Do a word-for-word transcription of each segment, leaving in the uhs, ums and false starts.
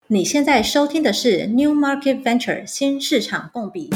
你现在收听的是 New Market Venture 新市场共笔。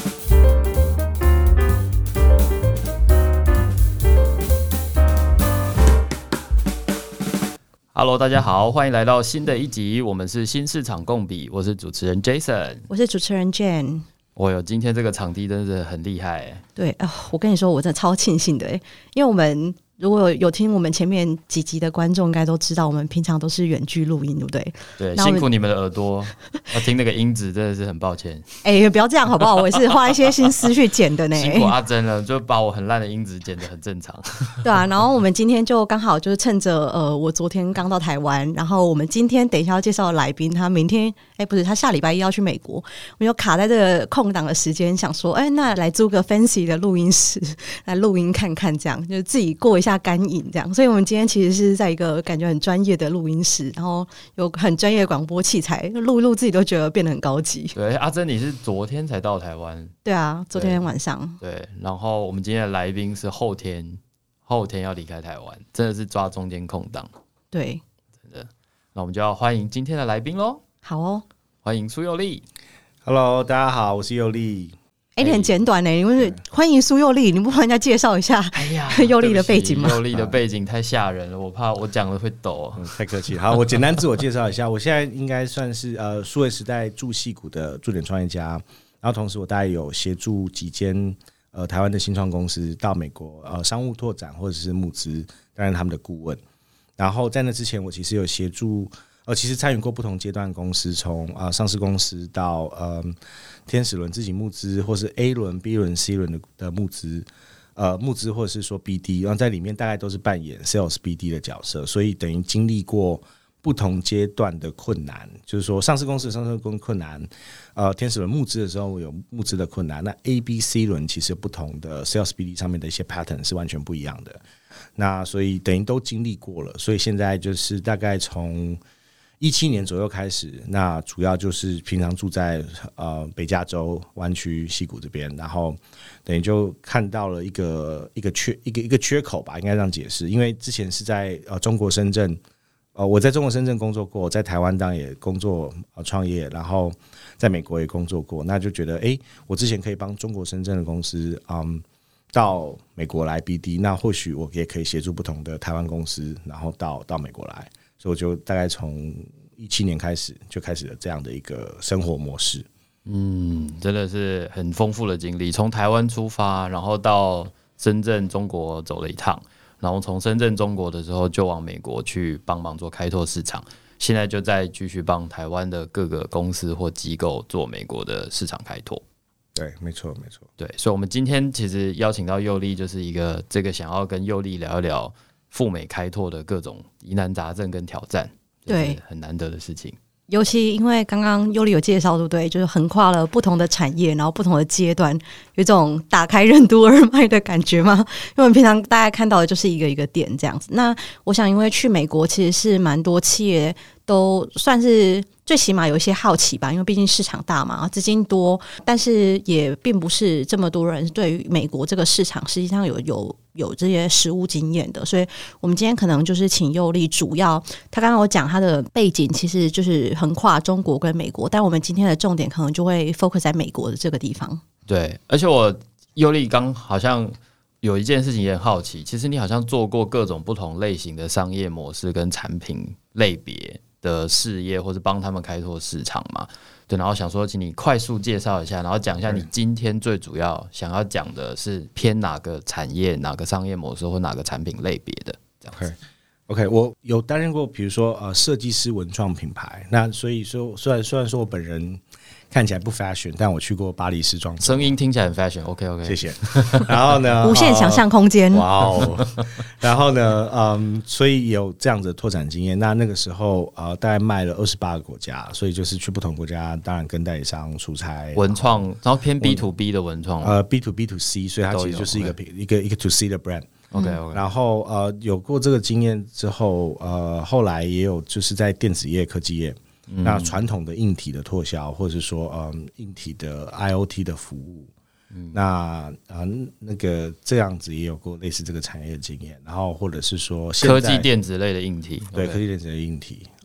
Hello， 大家好，欢迎来到新的一集，我们是新市场共笔，我是主持人 Jason， 我是主持人 Jane。 我有今天这个场地真的是很厉害。 对啊、呃，我跟你说，我真的超庆幸的，因为我们如果 有, 有听我们前面几集的观众应该都知道，我们平常都是远距录音，对不对？ 对，辛苦你们的耳朵，要听那个音质真的是很抱歉。 哎、欸，不要这样好不好？我也是花一些心思去剪的呢。 辛苦阿珍了，就把我很烂的音质剪得很正常。 对啊，然后我们今天就刚好就是趁着呃，我昨天刚到台湾，然后我们今天等一下要介绍的来宾，他明天哎、欸、不是，他下礼拜一要去美国，我们就卡在这个空档的时间，想说哎、欸，那来租个 fancy 的录音室来录音看看，这样就是自己过一下干瘾这样。所以我们今天其实是在一个感觉很专业的录音室，然后有很专业的广播器材，录一录自己都觉得变得很高级。 对，阿珍你是昨天才到台湾？ 对啊，昨天晚上。 对，对，然后我们今天的来宾是后天，后天要离开台湾，真的是抓中间空档。 对， 真的。那我们就要欢迎今天的来宾咯。 好哦， 欢迎苏佑利。 Hello， 大家好，我是佑利。 哎、欸，你很简短呢、欸，你不是欢迎苏佑利，你不帮人家介绍一下？哎呀，佑利的背景吗？ 佑利的背景太吓人了，我怕我讲了会抖、 嗯。太客气了。好，我简单自我介绍一下，我现在应该算是呃数位时代驻矽谷的驻点创业家，然后同时我大概有协助几间呃台湾的新创公司到美国呃商务拓展或者是募资，担任他们的顾问。然后在那之前，我其实有协助。呃，其实参与过不同阶段的公司，从啊、呃、上市公司到呃天使轮自己募资，或是 A 轮、B 轮、C 轮 的, 的募资，呃募资或者是说 B D， 然后在里面大概都是扮演 Sales B D 的角色，所以等于经历过不同阶段的困难，就是说上市公司的上市公司困难，呃天使轮募资的时候有募资的困难，那 A、B、C 轮其实有不同的 Sales B D 上面的一些 pattern 是完全不一样的，那所以等于都经历过了，所以现在就是大概从一七年左右开始，那主要就是平常住在呃北加州湾区矽谷这边，然后等于就看到了一个一个缺一个一个缺口吧，应该这样解释。因为之前是在呃中国深圳，呃我在中国深圳工作过，在台湾当然也工作呃创业，然后在美国也工作过，那就觉得哎、欸，我之前可以帮中国深圳的公司嗯到美国来 B D， 那或许我也可以协助不同的台湾公司，然后到到美国来。所以我就大概从一七年开始就开始了这样的一个生活模式。 嗯，真的是很丰富的经历，从台湾出发，然后到深圳中国走了一趟，然后从深圳中国的时候就往美国去帮忙做开拓市场，现在就再继续帮台湾的各个公司或机构做美国的市场开拓。 对，没错没错。 对，所以我们今天其实邀请到佑利，就是一个这个想要跟佑利聊一聊赴美开拓的各种疑难杂症跟挑战，对，很难得的事情。 尤其因为刚刚佑利有介绍，对不对？就是横跨了不同的产业，然后不同的阶段，有一种打开任督二脉的感觉吗？因为我们平常大家看到的就是一个一个点这样子。那我想，因为去美国其实是蛮多企业都算是最起码有一些好奇吧，因为毕竟市场大嘛，资金多，但是也并不是这么多人对于美国这个市场实际上有有有这些实务经验的，所以我们今天可能就是请佑利，主要他刚刚有讲他的背景其实就是横跨中国跟美国，但我们今天的重点可能就会 focus 在美国的这个地方。 对，而且我佑利刚好像有一件事情也很好奇，其实你好像做过各种不同类型的商业模式跟产品类别的事业，或是帮他们开拓市场嘛？对，然后想说，请你快速介绍一下，然后讲一下你今天最主要想要讲的是偏哪个产业、哪个商业模式或哪个产品类别的这样子。 OK， 我有担任过，比如说呃设计师文创品牌，那所以说虽然虽然说我本人看起来不 fashion， 但我去过巴黎时装周， 声音听起来很 fashion。OK OK， 谢谢。然后呢， 无限想象空间。 哇哦！然后呢，嗯，所以有这样子的拓展经验。那那个时候呃，大概卖了二十八个国家，所以就是去不同国家，当然跟代理商出差， 文创，然后偏 B to B 的文创， 呃 ，B to B to C， 所以它其实就是一个一个一个 to C 的 brand。OK OK， 然后呃有过这个经验之后，呃后来也有就是在电子业、科技业，嗯、那传统的硬体的拓销，或者是说嗯硬体的 I O T 的服务，嗯、那啊、呃、那个这样子也有过类似这个产业的经验，然后或者是说现在科技电子类的硬体， 对科技电子的硬体。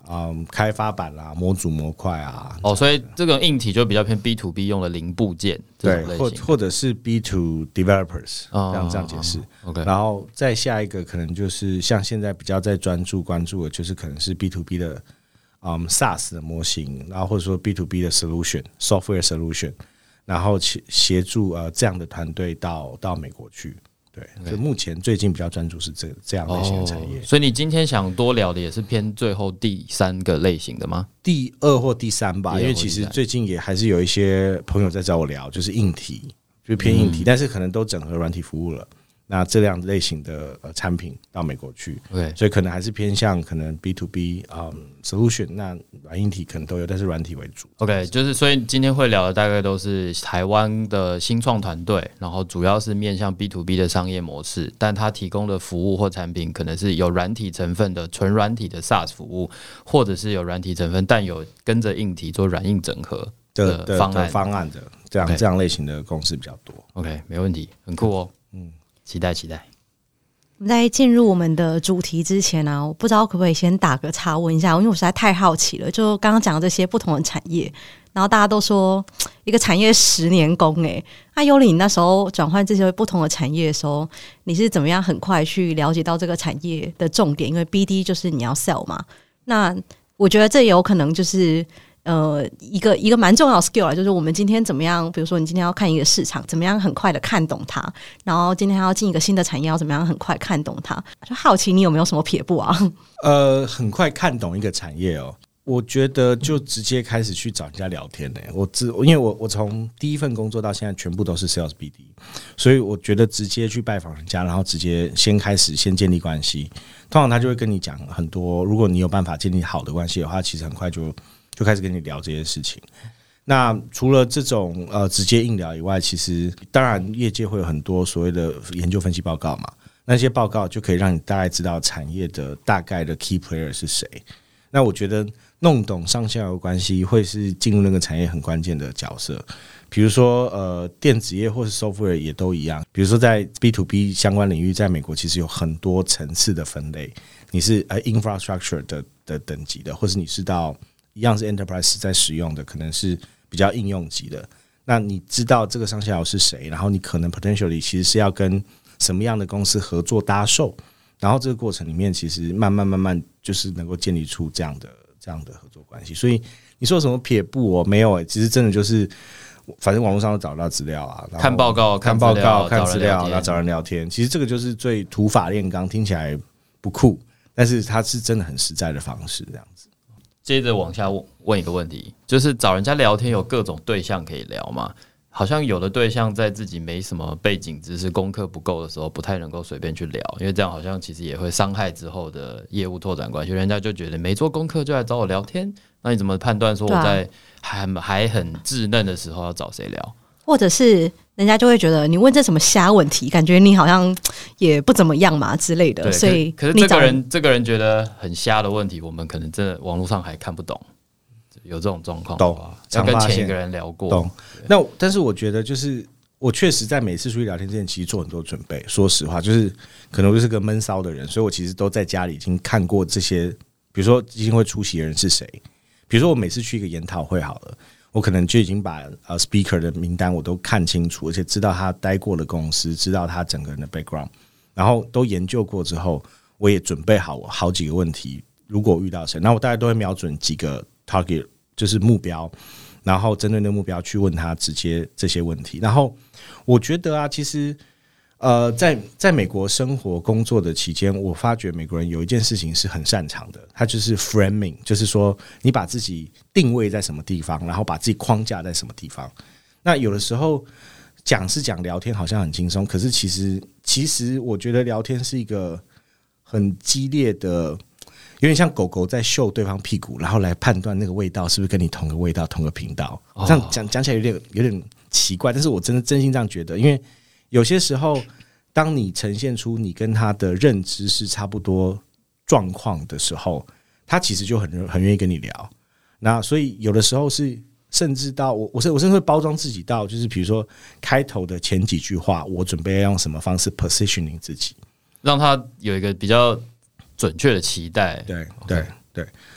嗯，开发板啦、模组模块啊。 哦，所以这个硬体就比较偏 B to B 用的零部件这种类型， 对，或或者是 B to developers，、哦、这样这样解释。 OK， 然后再下一个可能就是像现在比较在专注关注的，就是可能是 B to B 的嗯 SaaS 的模型，然后或者说 B to B 的 solution software solution， 然后协助呃这样的团队到到美国去。对，就目前最近比较专注是这这样类型的产业、 哦，所以你今天想多聊的也是偏最后第三个类型的吗？ 第二或第三吧，因为其实最近也还是有一些朋友在找我聊，就是硬体，就是偏硬体，嗯、但是可能都整合软体服务了。那这样类型的呃产品到美国去， okay， 所以可能还是偏向可能 B to B 啊、um, solution， 那软硬体可能都有，但是软体为主。 OK， 就是所以今天会聊的大概都是台湾的新创团队，然后主要是面向 B to B 的商业模式，但它提供的服务或产品可能是有软体成分的纯软体的 SaaS 服务，或者是有软体成分但有跟着硬体做软硬整合的方案的, 的方案的这样、okay， 这样类型的公司比较多。 OK， 没问题，很酷哦。嗯。期待期待。 我们在进入我们的主题之前呢、啊，我不知道可不可以先打个岔问一下，因为我实在太好奇了。就刚刚讲的这些不同的产业，然后大家都说一个产业十年功诶，那优里你那时候转换这些不同的产业的时候，你是怎么样很快去了解到这个产业的重点？因为 B D 就是你要 sell 嘛，那我觉得这也有可能就是。呃，一个一个蛮重要的 skill 啊，就是我们今天怎么样，比如说你今天要看一个市场，怎么样很快的看懂它，然后今天要进一个新的产业，要怎么样很快看懂它，就好奇你有没有什么撇步啊？ 呃，很快看懂一个产业哦，我觉得就直接开始去找人家聊天呢、欸。我自因为我我从第一份工作到现在全部都是 sales B D， 所以我觉得直接去拜访人家，然后直接先开始先建立关系，通常他就会跟你讲很多，如果你有办法建立好的关系的话，其实很快就。就开始跟你聊这些事情。那除了这种呃直接硬聊以外，其实当然业界会有很多所谓的研究分析报告嘛，那些报告就可以让你大概知道产业的大概的 key player 是谁。那我觉得弄懂上下游关系会是进入那个产业很关键的角色。比如说呃电子业或是 software 也都一样，比如说在 B to B 相关领域，在美国其实有很多层次的分类，你是呃 infrastructure 的的等级的，或是你是到一样是 enterprise 在使用的，可能是比较应用级的。那你知道这个上下游是谁，然后你可能 potentially 其实是要跟什么样的公司合作搭售，然后这个过程里面其实慢慢慢慢就是能够建立出这样的这样的合作关系。所以你说什么撇步我、哦、没有、欸、其实真的就是反正网络上都找到资料啊， 看报告看报告看资料，然后找人聊天。其实这个就是最土法炼钢，听起来不酷，但是它是真的很实在的方式，这样子。 接着往下问一个问题，就是找人家聊天有各种对象可以聊吗？好像有的对象在自己没什么背景知识、功课不够的时候，不太能够随便去聊，因为这样好像其实也会伤害之后的业务拓展关系。人家就觉得没做功课就来找我聊天，那你怎么判断说我在还还很稚嫩的时候要找谁聊？ 或者是人家就会觉得你问这什么瞎问题，感觉你好像也不怎么样嘛之类的。所以可是这个人这个人觉得很瞎的问题，我们可能真的网络上还看不懂。有这种状况，懂？要跟前一个人聊过， 懂？那但是我觉得，就是我确实在每次出去聊天之前，其实做很多准备。说实话，就是可能我就是个闷骚的人，所以我其实都在家里已经看过这些，比如说基金会出席的人是谁。比如说我每次去一个研讨会好了，我可能就已经把呃 speaker 的名单我都看清楚，而且知道他待过的公司，知道他整个人的 background， 然后都研究过之后，我也准备好好几个问题。如果我遇到谁，那我大概都会瞄准几个 target。就是目标，然后针对那个目标去问他直接这些问题。然后我觉得啊，其实呃，在在美国生活工作的期间，我发觉美国人有一件事情是很擅长的，他就是 framing， 就是说你把自己定位在什么地方，然后把自己框架在什么地方。那有的时候讲是讲聊天，好像很轻松，可是其实其实我觉得聊天是一个很激烈的。有点像狗狗在嗅对方屁股，然后来判断那个味道是不是跟你同个味道、同个频道。这样讲讲起来有点有点奇怪，但是我真的真心这样觉得，因为有些时候，当你呈现出你跟他的认知是差不多状况的时候，他其实就很很愿意跟你聊。那所以有的时候是甚至到我我我甚至会包装自己到，就是比如说开头的前几句话，我准备要用什么方式 positioning 自己， 让他有一个比较准确的期待。 对对对，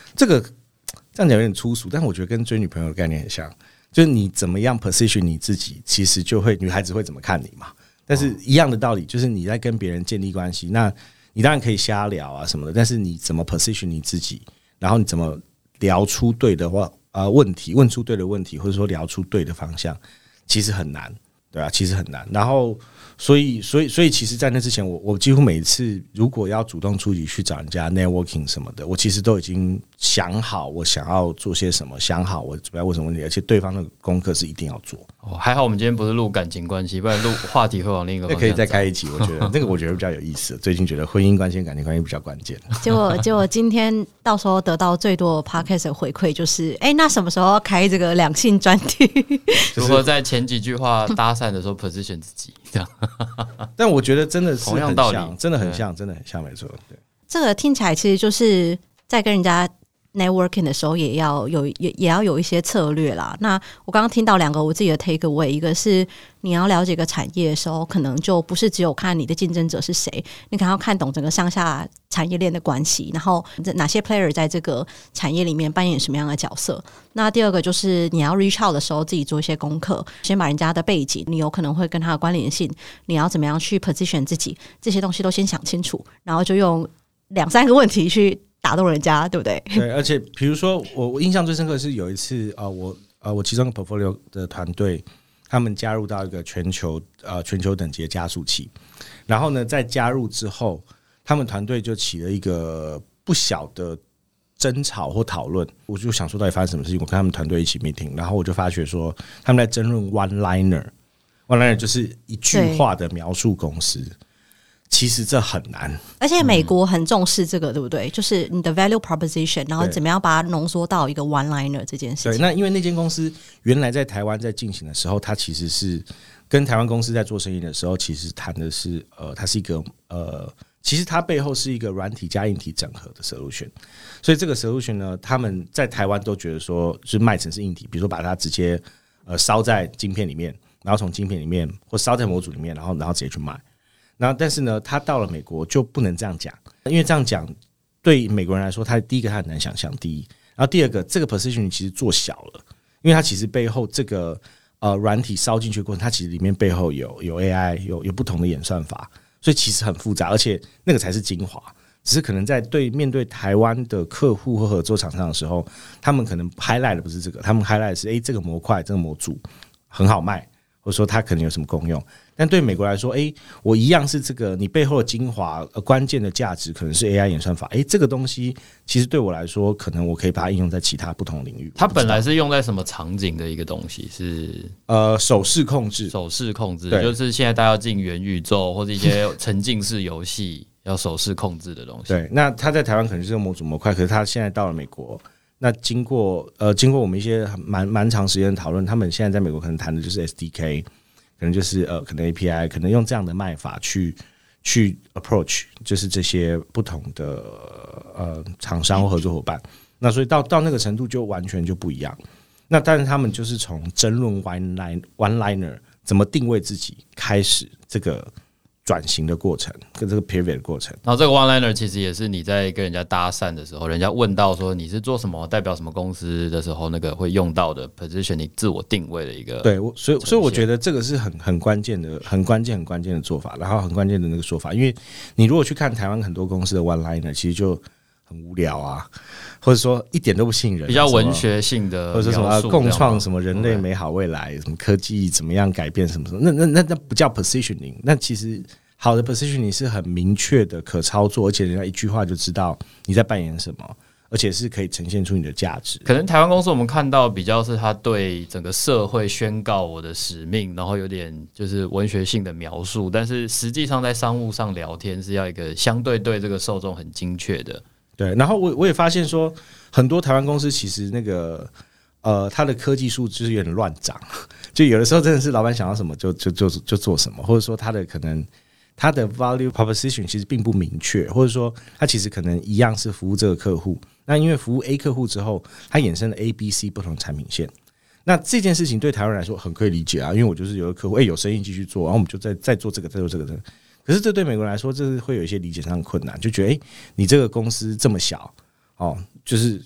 这个这样讲有点粗俗，但我觉得跟追女朋友的概念很像，就是你怎么样 position 你自己，其实就会女孩子会怎么看你嘛。但是一样的道理，就是你在跟别人建立关系，那你当然可以瞎聊啊什么的，但是你怎么 position 你自己，然后你怎么聊出对的话呃问题，问出对的问题，或者说聊出对的方向，其实很难，对啊，其实很难。然后所以所以所以其实在那之前我我几乎每一次如果要主动出击去找人家 networking 什么的，我其实都已经想好我想要做些什么，想好我主要问什么问题，而且对方的功课是一定要做。 哦，还好我们今天不是录感情关系，不然录话题会往另一个方向走。 那可以再开一集，我觉得那个我觉得比较有意思。最近觉得婚姻关系、感情关系比较关键。 结果结果今天到时候得到最多的 podcast 的回馈就是，哎、欸，那什么时候要开这个两性专题？ 如何在前几句话搭讪的时候 position 自己这样？ 但我觉得真的是同样道理， 真的很像，真的很像，没错。对， 这个听起来其实就是在跟人家 networking 的时候也要有也也要有一些策略啦。那我刚刚听到两个我自己的 take away， 一个是你要了解一个产业的时候，可能就不是只有看你的竞争者是谁，你可能要看懂整个上下产业链的关系，然后哪些 player 在这个产业里面扮演什么样的角色。那第二个就是你要 reach out 的时候，自己做一些功课，先把人家的背景，你有可能会跟他的关联性，你要怎么样去 position 自己，这些东西都先想清楚，然后就用两三个问题去打动人家，对不对？ 对，而且比如说我我印象最深刻的是有一次呃我呃我其中一个 portfolio 的团队，他们加入到一个全球呃全球等级的加速器，然后呢在加入之后，他们团队就起了一个不小的争吵或讨论，我就想说到底发生什么事情。我跟他们团队一起 meeting， 然后我就发觉说他们在争论 one liner，one liner 就是一句话的描述公司。其实这很难， 而且美国很重视这个，嗯、对不对？就是你的 value proposition， 然后怎么样把它浓缩到一个 one liner 这件事情。 对，那因为那间公司原来在台湾在进行的时候，它其实是跟台湾公司在做生意的时候，其实谈的是呃，它是一个呃，其实它背后是一个软体加硬体整合的 solution。所以这个 solution 呢，他们在台湾都觉得说，是卖成是硬体，比如说把它直接呃烧在晶片里面，然后从晶片里面或烧在模组里面，然后然后直接去卖。然后，但是呢，他到了美国就不能这样讲，因为这样讲对美国人来说，他第一个他很难想象，第一，然后第二个，这个 position 其实做小了，因为它其实背后这个呃软体烧进去的过程，它其实里面背后有有 A I， 有有不同的演算法，所以其实很复杂，而且那个才是精华。只是可能在对面对台湾的客户或合作厂商的时候，他们可能 highlight 的不是这个，他们 highlight 的是哎、欸、这个模块、这个模组很好卖，或者说它可能有什么功用。但对美国来说，哎，我一样是这个，你背后的精华、呃、关键的价值可能是 A I 演算法。哎，这个东西其实对我来说，可能我可以把它应用在其他不同领域。 它本来是用在什么场景的一个东西？是呃手势控制， 手势控制，就是现在大家要进元宇宙或者一些沉浸式游戏要手势控制的东西。 对，那它在台湾可能是用模组模块，可是它现在到了美国。那经过呃经过我们一些蛮蛮长时间的讨论，他们现在在美国可能谈的就是 S D K。可能就是呃，可能 A P I， 可能用这样的卖法去去 approach， 就是这些不同的呃厂商或合作伙伴。那所以到到那个程度就完全就不一样。那但是他们就是从争论 one line one liner 怎么定位自己开始这个转型的过程，跟这个 pivot 的过程。 然后这个 one liner 其实也是你在跟人家搭讪的时候，人家问到说你是做什么、代表什么公司的时候，那个会用到的 position， 你自我定位的一个。 对，所以所以我觉得这个是很很关键的、很关键、很关键的做法，然后很关键的那个说法。因为你如果去看台湾很多公司的 one liner， 其实就很无聊啊，或者说一点都不吸引人， 比较文学性的， 或者什么共创什么人类美好未来，什么科技怎么样改变什么什么，那那那那不叫 positioning， 那其实。好的 positioning 是很明确的、可操作，而且人家一句话就知道你在扮演什么，而且是可以呈现出你的价值。 可能台湾公司我们看到比较是他对整个社会宣告我的使命，然后有点就是文学性的描述，但是实际上在商务上聊天是要一个相对对这个受众很精确的。 对，然后我我也发现说，很多台湾公司其实那个呃，它的科技树就是有点乱长，就有的时候真的是老板想要什么就就就就做什么，或者说他的可能。它的 value proposition 其实并不明确，或者说它其实可能一样是服务这个客户，那因为服务 A 客户之后，它衍生了 A、B、C 不同产品线。那这件事情对台湾人来说很可以理解啊，因为我就是有个客户，哎、欸，有生意继续做，然后我们就再再做这个，再做这个，这个。可是这对美国人来说，这是会有一些理解上的困难，就觉得哎、欸，你这个公司这么小，哦，就是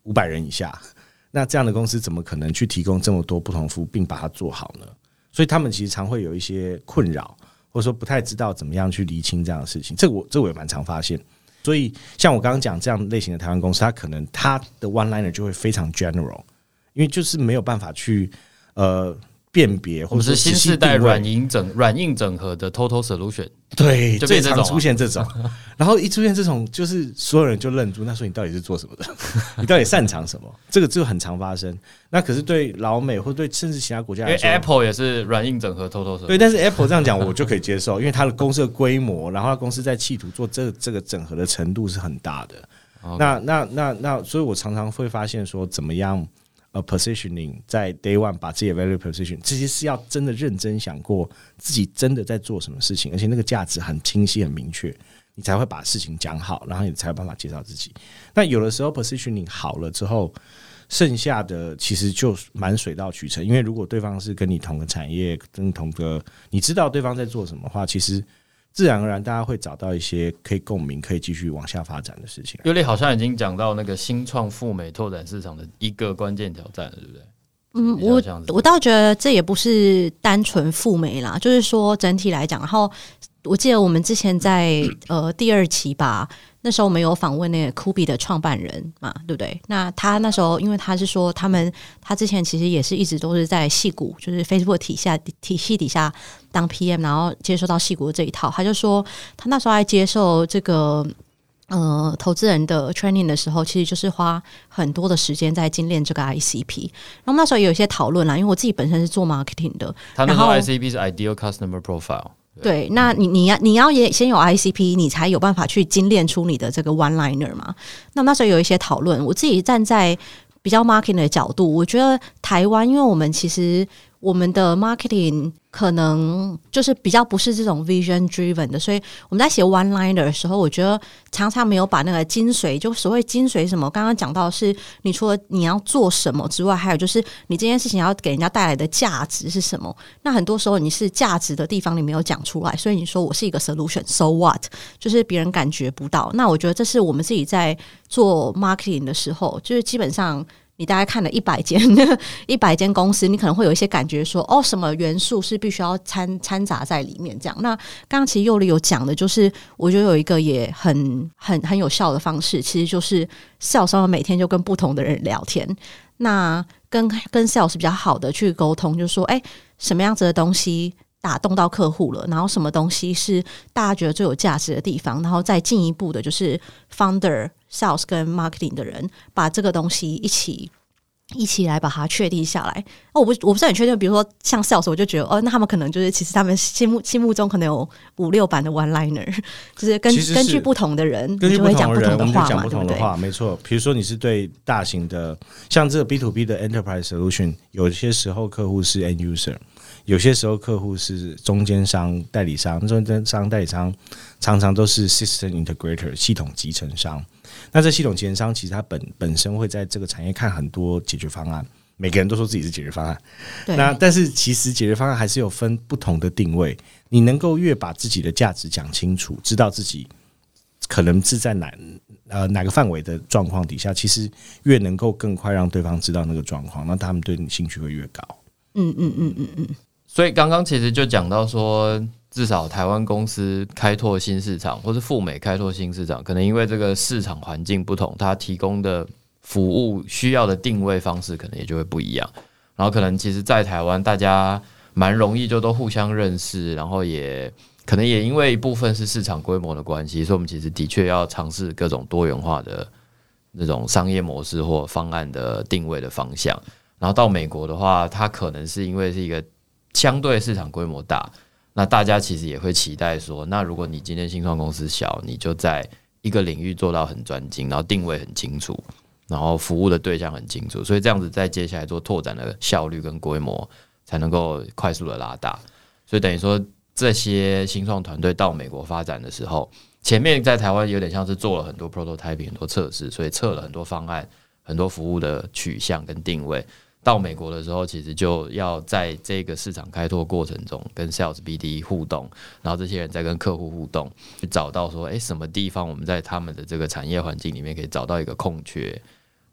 五百人以下，那这样的公司怎么可能去提供这么多不同服务并把它做好呢？所以他们其实常会有一些困扰，或者说不太知道怎么样去厘清这样的事情。这个我这我也蛮常发现。所以像我刚刚讲这样类型的台湾公司，它可能它的 one liner 就会非常 general， 因为就是没有办法去呃辨别，或者是新世代软硬整软硬整合的 total solution。对， 最常出现这种，然后一出现这种，就是所有人就愣住。那说你到底是做什么的？你到底擅长什么？这个就很常发生。那可是对老美或对甚至其他国家来说， 因为 Apple 也是软硬整合 total solution。 对，但是 Apple 这样讲我就可以接受，因为它的公司的规模，然后它公司在企图做这个这个整合的程度是很大的。Okay. 那那那那，所以我常常会发现说，怎么样？呃 ，positioning 在 day one 把自己的 value position， 这些是要真的认真想过自己真的在做什么事情，而且那个价值很清晰很明确，你才会把事情讲好，然后你才有办法介绍自己。那有的时候 positioning 好了之后，剩下的其实就蛮水到渠成，因为如果对方是跟你同个产业，跟同个你知道对方在做什么的话，其实自然而然大家会找到一些可以共鸣可以继续往下发展的事情。 尤里好像已经讲到那个新创赴美拓展市场的一个关键挑战了，对不对？ 嗯，我我倒觉得这也不是单纯赴美啦，就是说整体来讲，然后我记得我们之前在呃第二期吧，那时候我们有访问那个 Kubi 的创办人嘛，对不对？那他那时候因为他是说他们他之前其实也是一直都是在矽谷，就是 Facebook 体下体系底下当 P M， 然后接受到矽谷的这一套，他就说他那时候在接受这个呃投资人的 training 的时候，其实就是花很多的时间在精炼这个 I C P。然后那时候也有一些讨论啦，因为我自己本身是做 marketing 的， 他那时候 I C P 是 Ideal Customer Profile。 对，那你你要你要也先有 I C P， 你才有办法去精炼出你的这个 one liner 嘛。那那时候有一些讨论，我自己站在比较 marketing 的角度，我觉得台湾，因为我们其实我们的 marketing 可能就是比较不是这种 vision driven 的，所以我们在写 one liner 的时候，我觉得常常没有把那个精髓，就所谓精髓什么，刚刚讲到的是你除了你要做什么之外，还有就是你这件事情要给人家带来的价值是什么。那很多时候你是价值的地方你没有讲出来，所以你说我是一个 solution so what， 就是别人感觉不到。那我觉得这是我们自己在做 marketing 的时候，就是基本上你大概看了一百间一百间公司，你可能会有一些感觉说，哦，什么元素是必须要掺掺杂在里面这样。那刚刚其实佑里有讲的，就是我觉得有一个也很很很有效的方式，其实就是 sales 每天就跟不同的人聊天，那跟跟 sales 比较好的去沟通，就是说，哎，什么样子的东西打动到客户了，然后什么东西是大家觉得最有价值的地方，然后再进一步的就是 founder、sales 跟 marketing 的人把这个东西一起一起来把它确定下来。哦、我不我不是很确定，比如说像 sales， 我就觉得哦，那他们可能就是其实他们心目心目中可能有五六版的 one liner， 就是根是根据不同的人， 根据不同的人， 你就会讲不同的话嘛， 我们就讲不同的话，没错。比如说你是对大型的，像这个 B to B 的 enterprise solution， 有些时候客户是 end user。有些时候客户是中间商、代理商，中间商、代理商常常都是 system integrator 系统集成商。那这系统集成商其实它本本身会在这个产业看很多解决方案，每个人都说自己是解决方案。那但是其实解决方案还是有分不同的定位。你能够越把自己的价值讲清楚，知道自己可能是在哪呃哪个范围的状况底下，其实越能够更快让对方知道那个状况，那他们对你兴趣会越高。 嗯嗯嗯嗯嗯。 所以刚刚其实就讲到说，至少台湾公司开拓新市场，或是赴美开拓新市场，可能因为这个市场环境不同，它提供的服务需要的定位方式可能也就会不一样。然后可能其实在台湾大家蛮容易就都互相认识，然后也可能也因为一部分是市场规模的关系，所以我们其实的确要尝试各种多元化的那种商业模式或方案的定位的方向。然后到美国的话，它可能是因为是一个相对市场规模大，那大家其实也会期待说，那如果你今天新创公司小，你就在一个领域做到很专精，然后定位很清楚，然后服务的对象很清楚，所以这样子在接下来做拓展的效率跟规模才能够快速的拉大。所以等于说这些新创团队到美国发展的时候，前面在台湾有点像是做了很多 prototyping 很多测试，所以测了很多方案，很多服务的取向跟定位。到美国的时候，其实就要在这个市场开拓过程中跟 Sales B D 互动，然后这些人在跟客户互动，去找到说，哎，什么地方我们在他们的这个产业环境里面可以找到一个空缺，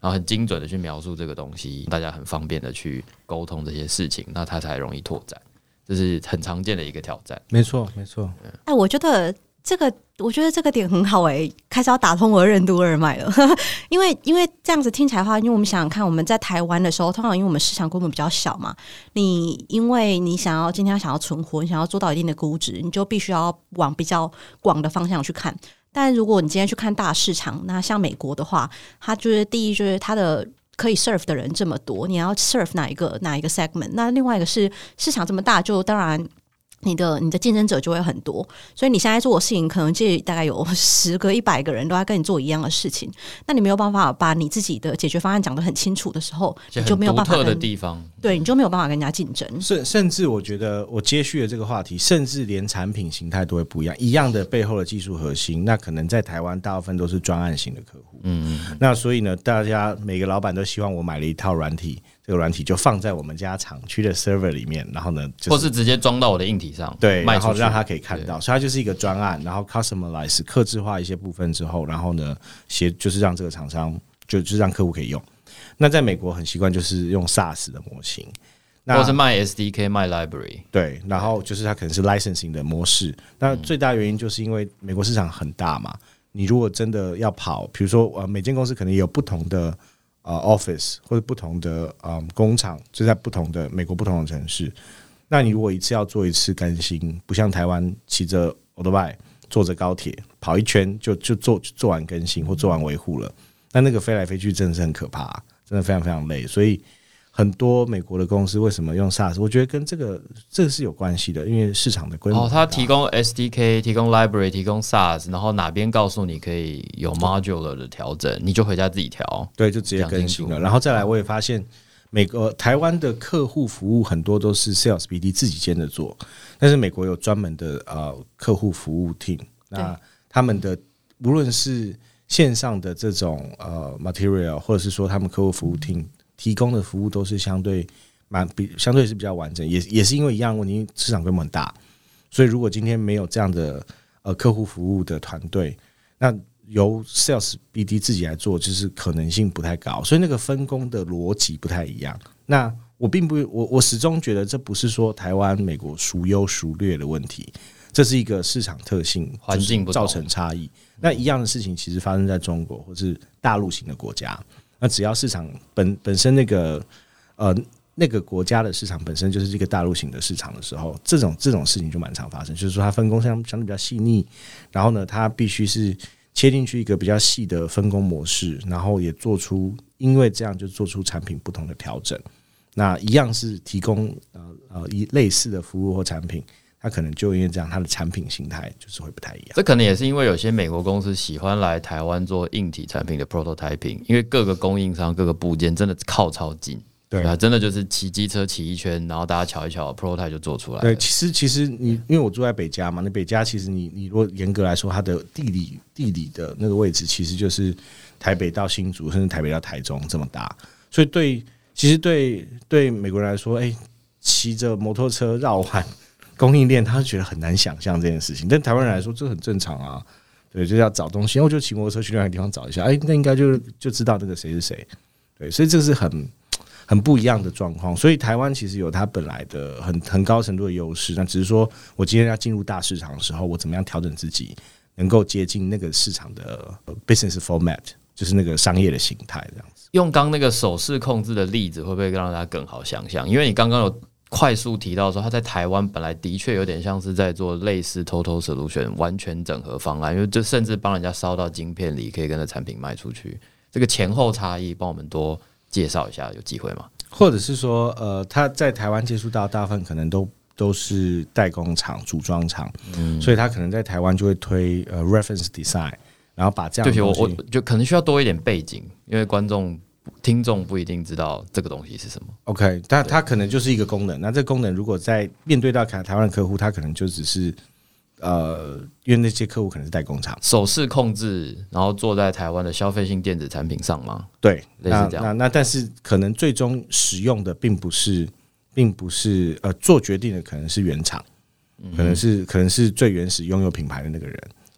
然后很精准的去描述这个东西，大家很方便的去沟通这些事情，那它才容易拓展。这是很常见的一个挑战。 没错，没错。 哎，我觉得这个，我觉得这个点很好哎、欸，开始要打通我的任督二脉了。因为因为这样子听起来的话，因为我们想想看，我们在台湾的时候，通常因为我们市场规模比较小嘛，你因为你想要今天想要存活，你想要做到一定的估值，你就必须要往比较广的方向去看。但如果你今天去看大市场，那像美国的话，它就是第一就是它的可以 serve 的人这么多，你要 serve 哪一个哪一个 segment？ 那另外一个是市场这么大，就当然你的你的竞争者就会很多，所以你现在做的事情可能就大概有十个一百个人都在跟你做一样的事情，那你没有办法把你自己的解决方案讲得很清楚的时候，你就没有办法跟很独特的地方， 对，你就没有办法跟人家竞争。 甚甚至我觉得我接续了这个话题，甚至连产品形态都会不一样，一样的背后的技术核心，那可能在台湾大部分都是专案型的客户，嗯，那所以呢，大家每个老板都希望我买了一套软体。这个软体就放在我们家厂区的 server 里面，然后呢、就是， 或是直接装到我的硬体上， 对， 然后让他可以看到，所以它就是一个专案，然后 customize 客制化一些部分之后，然后呢，协就是让这个厂商就就是让客户可以用。那在美国很习惯就是用 SaaS 的模型， 或者是卖 S D K 卖 library， 对，然后就是它可能是 licensing 的模式。那最大原因就是因为美国市场很大嘛，你如果真的要跑，比如说呃，每间公司可能也有不同的。呃 office 或者不同的、嗯、工厂，就在不同的美国不同的城市。那你如果一次要做一次更新，不像台湾骑着 Autobike 坐着高铁跑一圈就就做做完更新或做完维护了，那那个飞来飞去真的是很可怕，真的非常非常累。所以很多美国的公司为什么用 SaaS？ 我觉得跟这个这个是有关系的，因为市场的规模。 哦，它提供 S D K、提供 library、提供 SaaS， 然后哪边告诉你可以有 modular 的调整，你就回家自己调。 对，就直接更新了。然后再来，我也发现美国、台湾的客户服务很多都是 Sales B D 自己兼着做，但是美国有专门的呃客户服务 team， 那他们的无论是线上的这种呃 material， 或者是说他们客户服务 team。提供的服务都是相对蛮比相对是比较完整，也也是因为一样问题，市场规模很大，所以如果今天没有这样的呃客户服务的团队，那由 Sales B D 自己来做，就是可能性不太高，所以那个分工的逻辑不太一样。那我并不我我始终觉得这不是说台湾、美国孰优孰劣的问题，这是一个市场特性环境不同造成差异。那一样的事情其实发生在中国或是大陆型的国家。那只要市场本本身那个呃那个国家的市场本身就是一个大陆型的市场的时候，这种这种事情就蛮常发生，就是说它分工相相对比较细腻，然后呢，它必须是切进去一个比较细的分工模式，然后也做出因为这样就做出产品不同的调整。那一样是提供呃呃类似的服务或产品。它可能就因为这样，它的产品形态就是会不太一样。 这可能也是因为有些美国公司喜欢来台湾做硬体产品的 prototyping， 因为各个供应商、各个部件真的靠超近，对啊，真的就是骑机车骑一圈，然后大家瞧一瞧 prototype 就做出来了。 对，其实其实你因为我住在北加嘛，那北加其实你你如果严格来说，它的地理地理的那个位置其实就是台北到新竹，甚至台北到台中这么大，所以对，其实对对美国人来说，哎，骑着摩托车绕弯。供应链他觉得很难想象这件事情，但台湾人来说这很正常啊，对，就是要找东西，我就骑摩托车去另外一个地方找一下，哎，那应该就就知道那个谁是谁，对，所以这是很很不一样的状况。所以台湾其实有它本来的很很高程度的优势，那只是说我今天要进入大市场的时候，我怎么样调整自己，能够接近那个市场的 business format， 就是那个商业的形态这样子。 用刚那个手势控制的例子，会不会让大家更好想象？因为你刚刚有快速提到说，他在台湾本来的确有点像是在做类似 total solution 完全整合方案，因为这甚至帮人家烧到晶片里，可以跟着产品卖出去。这个前后差异，帮我们多介绍一下，有机会吗？ 或者是说，呃，他在台湾接触到大部分可能都都是代工厂、组装厂，嗯，所以他可能在台湾就会推呃 reference design， 然后把这样的东西， 对，我我就可能需要多一点背景，因为观众。听众不一定知道这个东西是什么 ，OK， 但它可能就是一个功能。那这个功能如果在面对到台湾的客户，他可能就只是呃，因为那些客户可能是代工厂， 手势控制，然后做在台湾的消费性电子产品上吗？ 对， 类似这样。 那那那但是可能最终使用的并不是，并不是呃做决定的可能是原厂，可能是可能是最原始拥有品牌的那个人。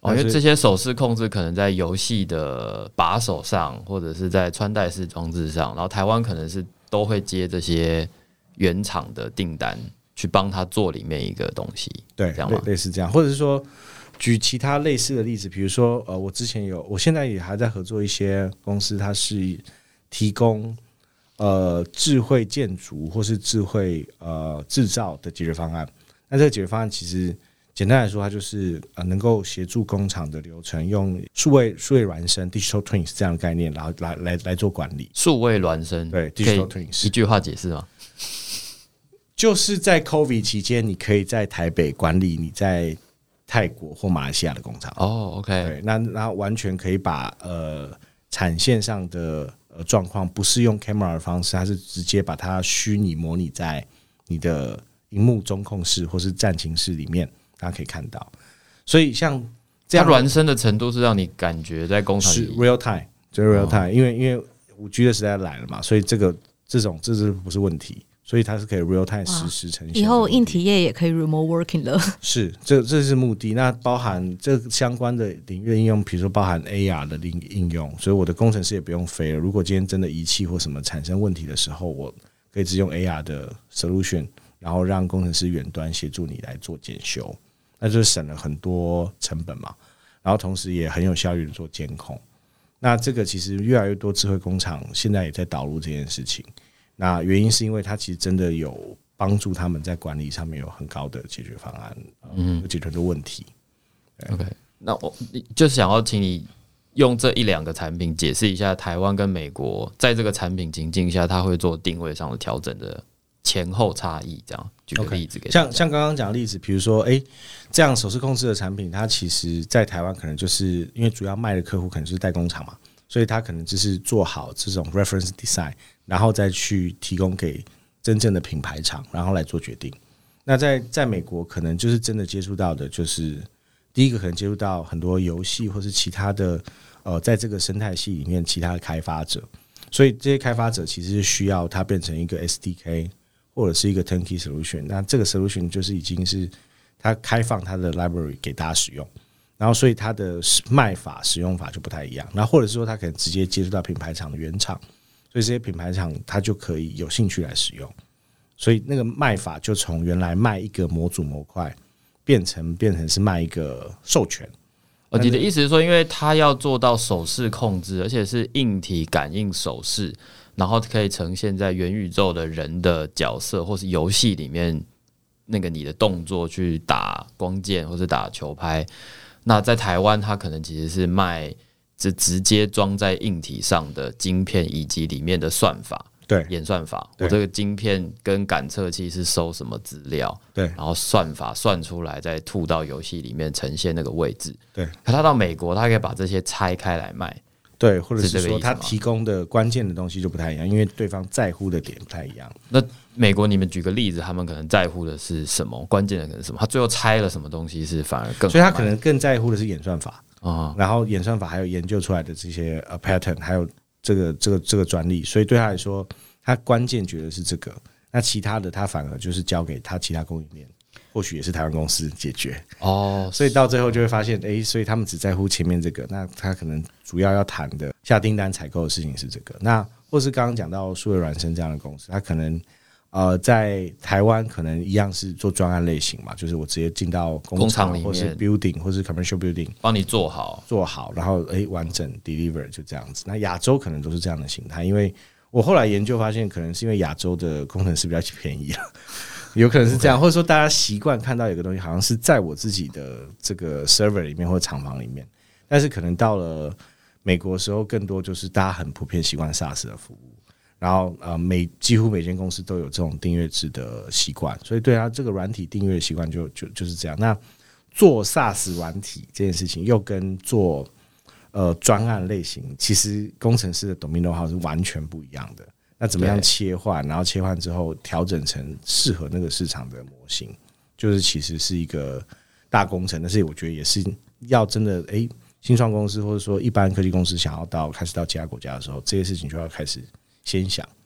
哦，因为这些手势控制可能在游戏的把手上，或者是在穿戴式装置上，然后台湾可能是都会接这些原厂的订单，去帮他做里面一个东西， 对， 这样吗？ 类似这样，或者是说举其他类似的例子，比如说呃，我之前有，我现在也还在合作一些公司，它是提供呃智慧建筑或是智慧呃制造的解决方案。那这个解决方案其实简单来说，它就是呃能够协助工厂的流程，用数位数位孪生 （digital twins） 这样的概念，然后来来来做管理。 数位孪生， 对 ，digital twins， 一句话解释吗？ 就是在 COVID 期间，你可以在台北管理你在泰国或马来西亚的工厂。 哦 ，OK， 对，那那完全可以把呃产线上的呃状况，不是用 camera 的方式，它是直接把它虚拟模拟在你的萤幕中控室或是战情室里面，大家可以看到。所以像这样它孪生的程度是让你感觉在工厂里是 real time， 就是 real time，、哦、因为因为五 G 的时代来了嘛，所以这个这种这是不是问题？所以它是可以 real time 实时呈现。 以后硬体业也可以 remote working 了。是， 这这是目的。那包含这相关的领域应用，比如说包含 A R 的应用，所以我的工程师也不用飞了。如果今天真的仪器或什么产生问题的时候，我可以直接用 A R 的 solution， 然后让工程师远端协助你来做检修，那就省了很多成本嘛。然后同时也很有效率的做监控。那这个其实越来越多智慧工厂现在也在导入这件事情。那原因是因为它其实真的有帮助他们在管理上面有很高的解决方案，嗯，有解决很多问题。 OK， 那我就是想要请你用这一两个产品解释一下台湾跟美国在这个产品情境下，它会做定位上的调整的前后差异。这样举个例子给大家， 像像刚刚讲的例子，比如说，哎、欸，这样手势控制的产品，它其实在台湾可能就是因为主要卖的客户可能就是代工厂嘛。所以他可能就是做好这种 reference design， 然后再去提供给真正的品牌厂，然后来做决定。那在在美国，可能就是真的接触到的，就是第一个可能接触到很多游戏或是其他的呃，在这个生态系里面其他的开发者。所以这些开发者其实是需要它变成一个 S D K 或者是一个 turnkey solution。那这个 solution 就是已经是它开放它的 library 给大家使用。然后，所以它的卖法、使用法就不太一样。然后，或者是说，它可能直接接触到品牌厂的原厂，所以这些品牌厂它就可以有兴趣来使用。所以那个卖法就从原来卖一个模组模块，变成变成是卖一个授权。 哦，你的意思是说，因为它要做到手势控制，而且是硬体感应手势，然后可以呈现在元宇宙的人的角色或是游戏里面，那个你的动作去打光剑或是打球拍。那在台湾，它可能其实是卖直直接装在硬体上的晶片以及里面的算法， 对演算法。我这个晶片跟感测器是收什么资料， 对， 然后算法算出来，再吐到游戏里面呈现那个位置。 对， 可它到美国，它可以把这些拆开来卖。 对，或者是说它提供的关键的东西就不太一样，因为对方在乎的点不太一样。 那美国，你们举个例子，他们可能在乎的是什么？关键的可能是什么？他最后拆了什么东西是反而更好， 所以他可能更在乎的是演算法啊、嗯， 然后演算法还有研究出来的这些呃 pattern， 还有这个这个这个专利，所以对他来说，他关键觉得是这个。那其他的他反而就是交给他其他供应链，或许也是台湾公司解决哦。 所以到最后就会发现，哎、欸，所以他们只在乎前面这个，那他可能主要要谈的下订单采购的事情是这个。那或是刚刚讲到数位孪生这样的公司，他可能。呃，在台湾可能一样是做专案类型嘛，就是我直接进到工厂里面，或是 building 或是 commercial building， 帮你做好做好，然后哎、欸、完整 deliver 就这样子。那亚洲可能都是这样的形态，因为我后来研究发现，可能是因为亚洲的工程师比较便宜了，有可能是这样， okay. 或者说大家习惯看到有个东西好像是在我自己的这个 server 里面或厂房里面，但是可能到了美国的时候，更多就是大家很普遍习惯 SaaS 的服务。然后呃，每几乎每间公司都有这种订阅制的习惯，所以对它这个软体订阅的习惯就就就是这样。那做 SaaS 软体这件事情，又跟做呃专案类型，其实工程师的 domain know-how 是完全不一样的。那怎么样切换？然后切换之后调整成适合那个市场的模型，就是其实是一个大工程。但是我觉得也是要真的哎，新创公司或者说一般科技公司想要到开始到其他国家的时候，这些事情就要开始。先想，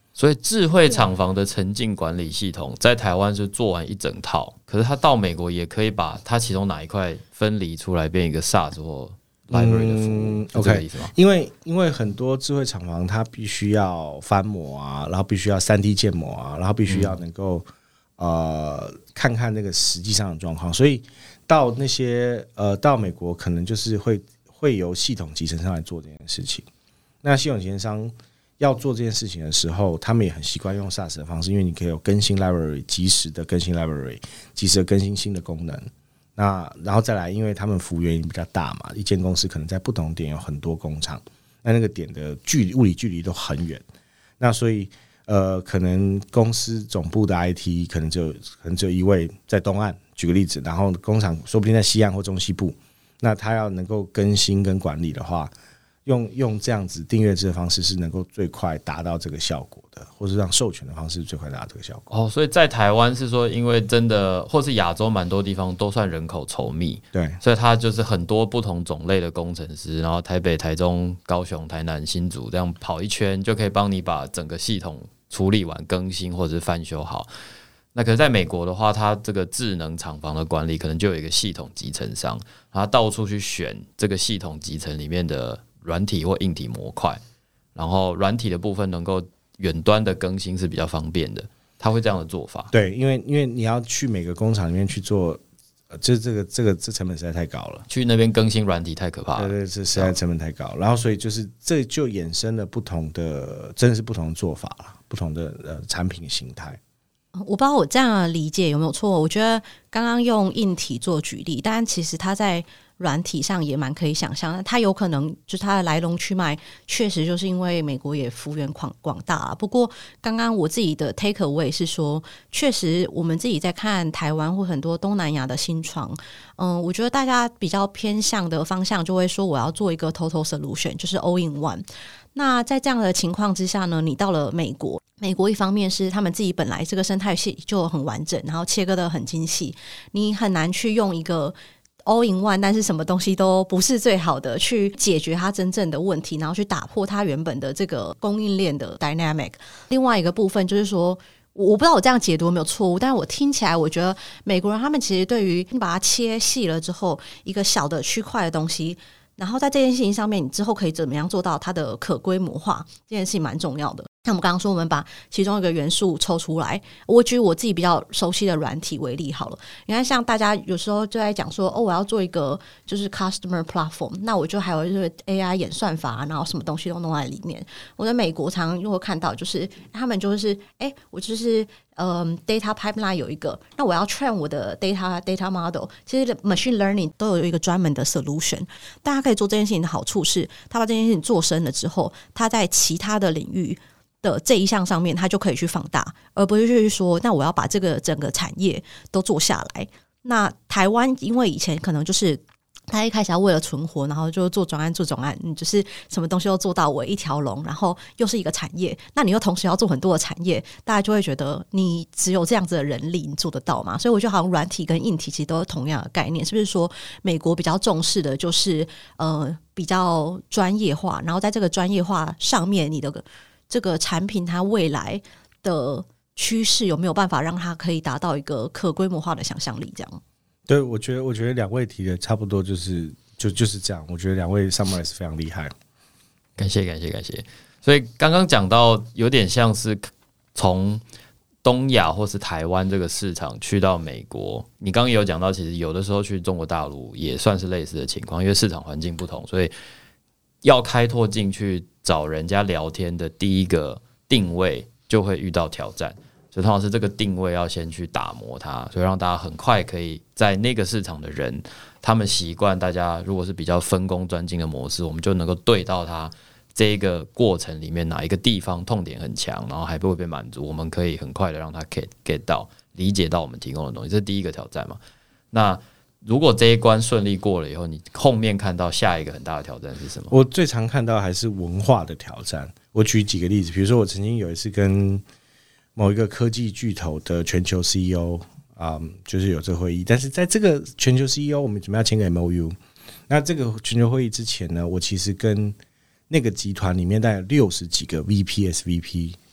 所以智慧厂房的沉浸管理系统在台湾是做完一整套，可是它到美国也可以把它其中哪一块分离出来，变一个 SaaS 或 library 的服务，嗯、是这个意思吗？ 因为因为很多智慧厂房它必须要翻模啊，然后必须要 三 D 建模啊，然后必须要能够、嗯、呃看看那个实际上的状况，所以到那些呃到美国可能就是会会由系统集成商来做这件事情。那系统集成商要做这件事情的时候，他们也很习惯用 SaaS 的方式，因为你可以有更新 library， 及时的更新 library， 及时的更新新的功能。那然后再来，因为他们服务员比较大嘛，一间公司可能在不同点有很多工厂，那那个点的距离物理距离都很远，那所以呃，可能公司总部的 I T 可能就可能只有一位在东岸，举个例子，然后工厂说不定在西岸或中西部，那他要能够更新跟管理的话。用用这样子订阅制的方式是能够最快达到这个效果的，或是让授权的方式最快达到这个效果。 哦，所以在台湾是说，因为真的或是亚洲蛮多地方都算人口稠密， 对， 所以它就是很多不同种类的工程师，然后台北、台中、高雄、台南、新竹这样跑一圈，就可以帮你把整个系统处理完、更新或者是翻修好。那可是在美国的话，它这个智能厂房的管理可能就有一个系统集成商，它到处去选这个系统集成里面的软体或硬体模块，然后软体的部分能够远端的更新是比较方便的，他会这样的做法。 对，因为因为你要去每个工厂里面去做，呃，这这个这个这成本实在太高了， 去那边更新软体太可怕了。 对对，这实在成本太高，然后所以就是这就衍生了不同的，真的是不同的做法了，不同的呃产品形态。 我不知道我这样的理解有没有错，我觉得刚刚用硬体做举例，但其实它在软体上也蛮可以想象，它有可能就是它的来龙去脉，确实就是因为美国也幅员广广大啊。不过刚刚我自己的 take away 是说，确实我们自己在看台湾或很多东南亚的新创，嗯，我觉得大家比较偏向的方向就会说，我要做一个 total solution， 就是 all in one。那在这样的情况之下呢，你到了美国，美国一方面是他们自己本来这个生态系就很完整，然后切割的很精细，你很难去用一个all in one， 但是什么东西都不是最好的去解决它真正的问题，然后去打破它原本的这个供应链的 dynamic。 另外一个部分就是说，我不知道我这样解读有没有错误，但是我听起来我觉得美国人他们其实对于你把它切细了之后，一个小的区块的东西，然后在这件事情上面你之后可以怎么样做到它的可规模化，这件事情蛮重要的。像我们刚刚说，我们把其中一个元素抽出来，我举我自己比较熟悉的软体为例好了。你看，像大家有时候就在讲说，哦，我要做一个就是 customer platform， 那我就还有就是 A I 演算法，然后什么东西都弄在里面。我在美国常就会看到，就是他们就是，哎，我就是嗯 data pipeline 有一个，那我要 train 我的 data data model， 其实 machine learning 都有一个专门的 solution。大家可以做这件事情的好处是，他把这件事情做深了之后，他在其他的领域的这一项上面，他就可以去放大，而不是去说，那我要把这个整个产业都做下来。那台湾因为以前可能就是他一开始要为了存活，然后就做专案做专案，你就是什么东西都做到尾一条龙，然后又是一个产业，那你又同时要做很多的产业，大家就会觉得你只有这样子的人力你做得到吗？所以我觉得好像软体跟硬体其实都是同样的概念，是不是说美国比较重视的就是呃比较专业化，然后在这个专业化上面，你的这个产品它未来的趋势有没有办法让它可以达到一个可规模化的想象力？这样， 对，我觉得我觉得两位提的差不多就是就就是这样。我觉得两位 summarize 非常厉害， 感谢感谢感谢。所以刚刚讲到有点像是从东亚或是台湾这个市场去到美国，你刚刚也有讲到，其实有的时候去中国大陆也算是类似的情况，因为市场环境不同，所以要开拓进去找人家聊天的第一个定位就会遇到挑战，所以通常是这个定位要先去打磨它，所以让大家很快可以在那个市场的人，他们习惯大家如果是比较分工专精的模式，我们就能够对到他这一个过程里面哪一个地方痛点很强，然后还不会被满足，我们可以很快的让他 get get 到理解到我们提供的东西，这是第一个挑战嘛。那如果这一关顺利过了以后，你后面看到下一个很大的挑战是什么？ 我最常看到还是文化的挑战。我举几个例子，比如说我曾经有一次跟某一个科技巨头的全球 C E O 啊、嗯，就是有这个会议，但是在这个全球 C E O 我们准备要签个 M O U， 那这个全球会议之前呢，我其实跟那个集团里面大概有六十几个 V P S V P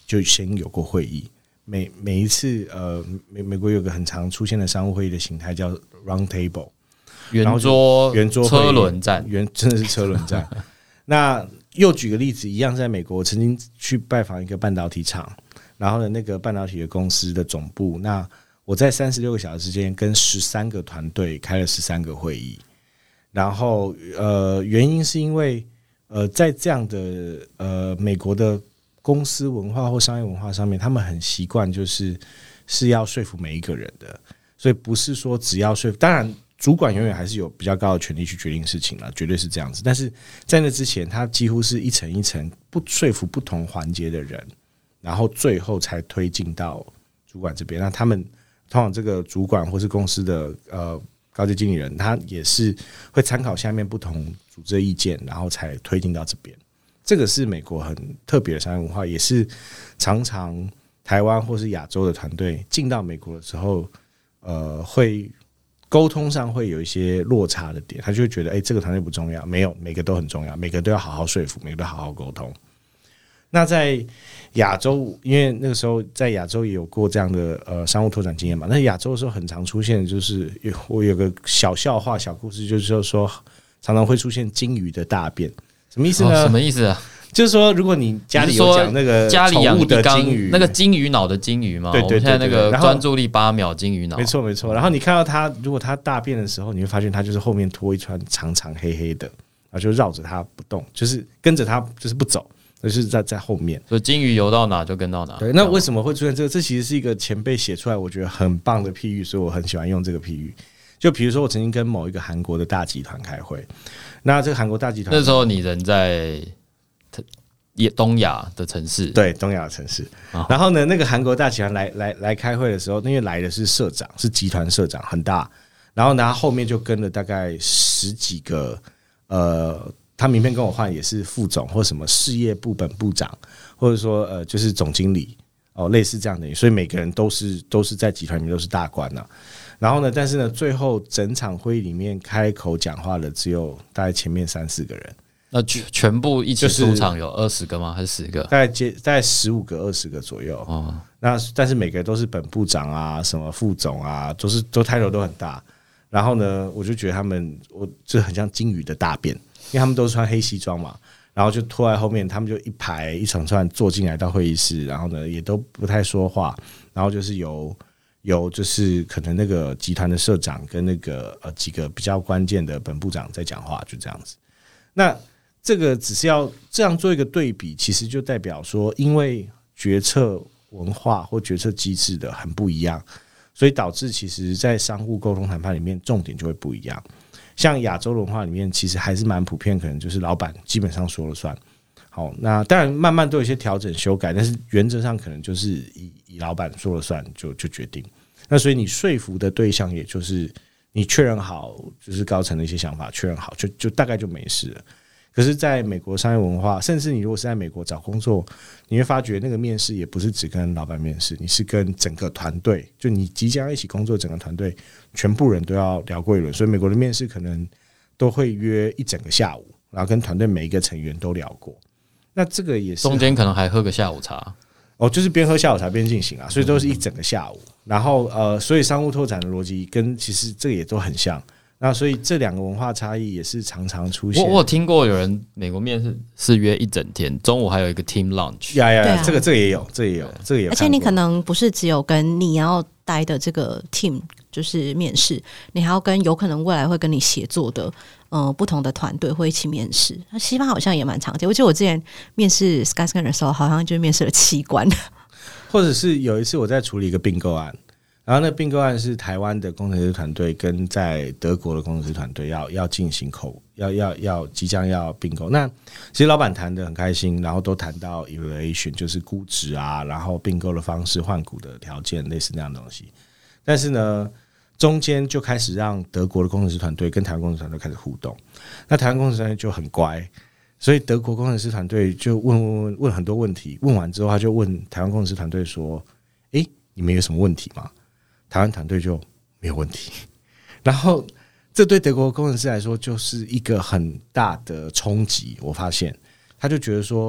就先有过会议。每每一次呃，美美国有个很常出现的商务会议的形态叫 round table， 圆桌圆桌车轮战， 圆真的是车轮战。那又举个例子，一样在美国，我曾经去拜访一个半导体厂，然后呢，那个半导体的公司的总部，那我在三十六个小时之间跟十三个团队开了十三个会议，然后呃，原因是因为呃，在这样的呃美国的公司文化或商业文化上面，他们很习惯就是是要说服每一个人的，所以不是说只要说服，当然。主管永远还是有比较高的权力去决定事情了，绝对是这样子。但是在那之前，他几乎是一层一层不说服不同环节的人，然后最后才推进到主管这边。那他们通常这个主管或是公司的呃高级经理人，他也是会参考下面不同组织的意见，然后才推进到这边。这个是美国很特别的商业文化，也是常常台湾或是亚洲的团队进到美国的时候，呃，会。沟通上会有一些落差的点，他就会觉得，哎、欸，这个团队不重要，没有，每个都很重要，每个都要好好说服，每个都好好沟通。那在亚洲，因为那个时候在亚洲也有过这样的呃商务拓展经验嘛，那亚洲的时候很常出现，就是我有个小笑话、小故事，就是说常常会出现金鱼的大便，什么意思呢？ 哦、什么意思啊？ 就是说，如果你家里有讲那个家里养的金鱼， 那个金鱼脑的金鱼嘛， 对对对对， 我们现在那个专注力八秒金鱼脑， 没错没错。然后你看到它，如果它大便的时候，你会发现它就是后面拖一串长长黑黑的，然后就绕着它不动，就是跟着它，就是不走，就是在在后面。 所以金鱼游到哪就跟到哪。 对，那为什么会出现这个？这其实是一个前辈写出来，我觉得很棒的譬喻，所以我很喜欢用这个譬喻。就比如说，我曾经跟某一个韩国的大集团开会，那这个韩国大集团那时候你人在。也东亚的城市， 对东亚的城市。哦、然后呢，那个韩国大集团来来来开会的时候，因为来的是社长，是集团社长，很大。然后呢，他后面就跟了大概十几个，呃，他名片跟我换也是副总或什么事业部本部长，或者说呃就是总经理哦，类似这样的。所以每个人都是都是在集团里面都是大官呐、啊。然后呢，但是呢，最后整场会议里面开口讲话的只有大概前面三四个人。 那全部一起出场有二十个吗？还是十个？ 大概接大概十五个、二十个左右。哦，那但是每个都是本部长啊、什么副总啊，都是都 title 都很大。然后呢，我就觉得他们，我就很像金鱼的大便，因为他们都是穿黑西装嘛，然后就拖在后面，他们就一排一长串坐进来到会议室，然后呢也都不太说话，然后就是由由就是可能那个集团的社长跟那个呃几个比较关键的本部长在讲话，就这样子。那这个只是要这样做一个对比，其实就代表说，因为决策文化或决策机制的很不一样，所以导致其实在商务沟通谈判里面重点就会不一样。像亚洲文化里面，其实还是蛮普遍，可能就是老板基本上说了算。好，那当然慢慢都有一些调整修改，但是原则上可能就是以以老板说了算就就决定。那所以你说服的对象，也就是你确认好，就是高层的一些想法确认好，就就大概就没事了。可是在美国商业文化，甚至你如果是在美国找工作，你会发觉那个面试也不是只跟老板面试，你是跟整个团队，就你即将一起工作整个团队全部人都要聊过一轮，所以美国的面试可能都会约一整个下午，然后跟团队每一个成员都聊过。那这个也是中间可能还喝个下午茶哦，就是边喝下午茶边进行啊，所以都是一整个下午。然后呃，所以商务拓展的逻辑跟其实这个也都很像。那所以这两个文化差异也是常常出现。 我我有听过有人美国面试是约一整天，中午还有一个 team lunch。 呀呀呀，这个这个也有，这个也有，这个也有。 而且你可能不是只有跟你要待的这个 team 就是面试，你还要跟有可能未来会跟你协作的呃不同的团队会一起面试。那西方好像也蛮常见，我记得我之前面试 Skyscanner 的时候，好像就面试了七关。 或者是有一次我在处理一个并购案。然后那并购案是台湾的工程师团队跟在德国的工程师团队要要进行口要要要即将要并购。那其实老板谈得很开心，然后都谈到 evaluation 就是估值啊，然后并购的方式、换股的条件，类似那样的东西。但是呢，中间就开始让德国的工程师团队跟台湾工程师团队开始互动。那台湾工程师团队就很乖，所以德国工程师团队就问问问问很多问题，问完之后他就问台湾工程师团队说：“诶，你们有什么问题吗？”台湾团队就没有问题，然后这对德国工程师来说就是一个很大的冲击。我发现他就觉得说，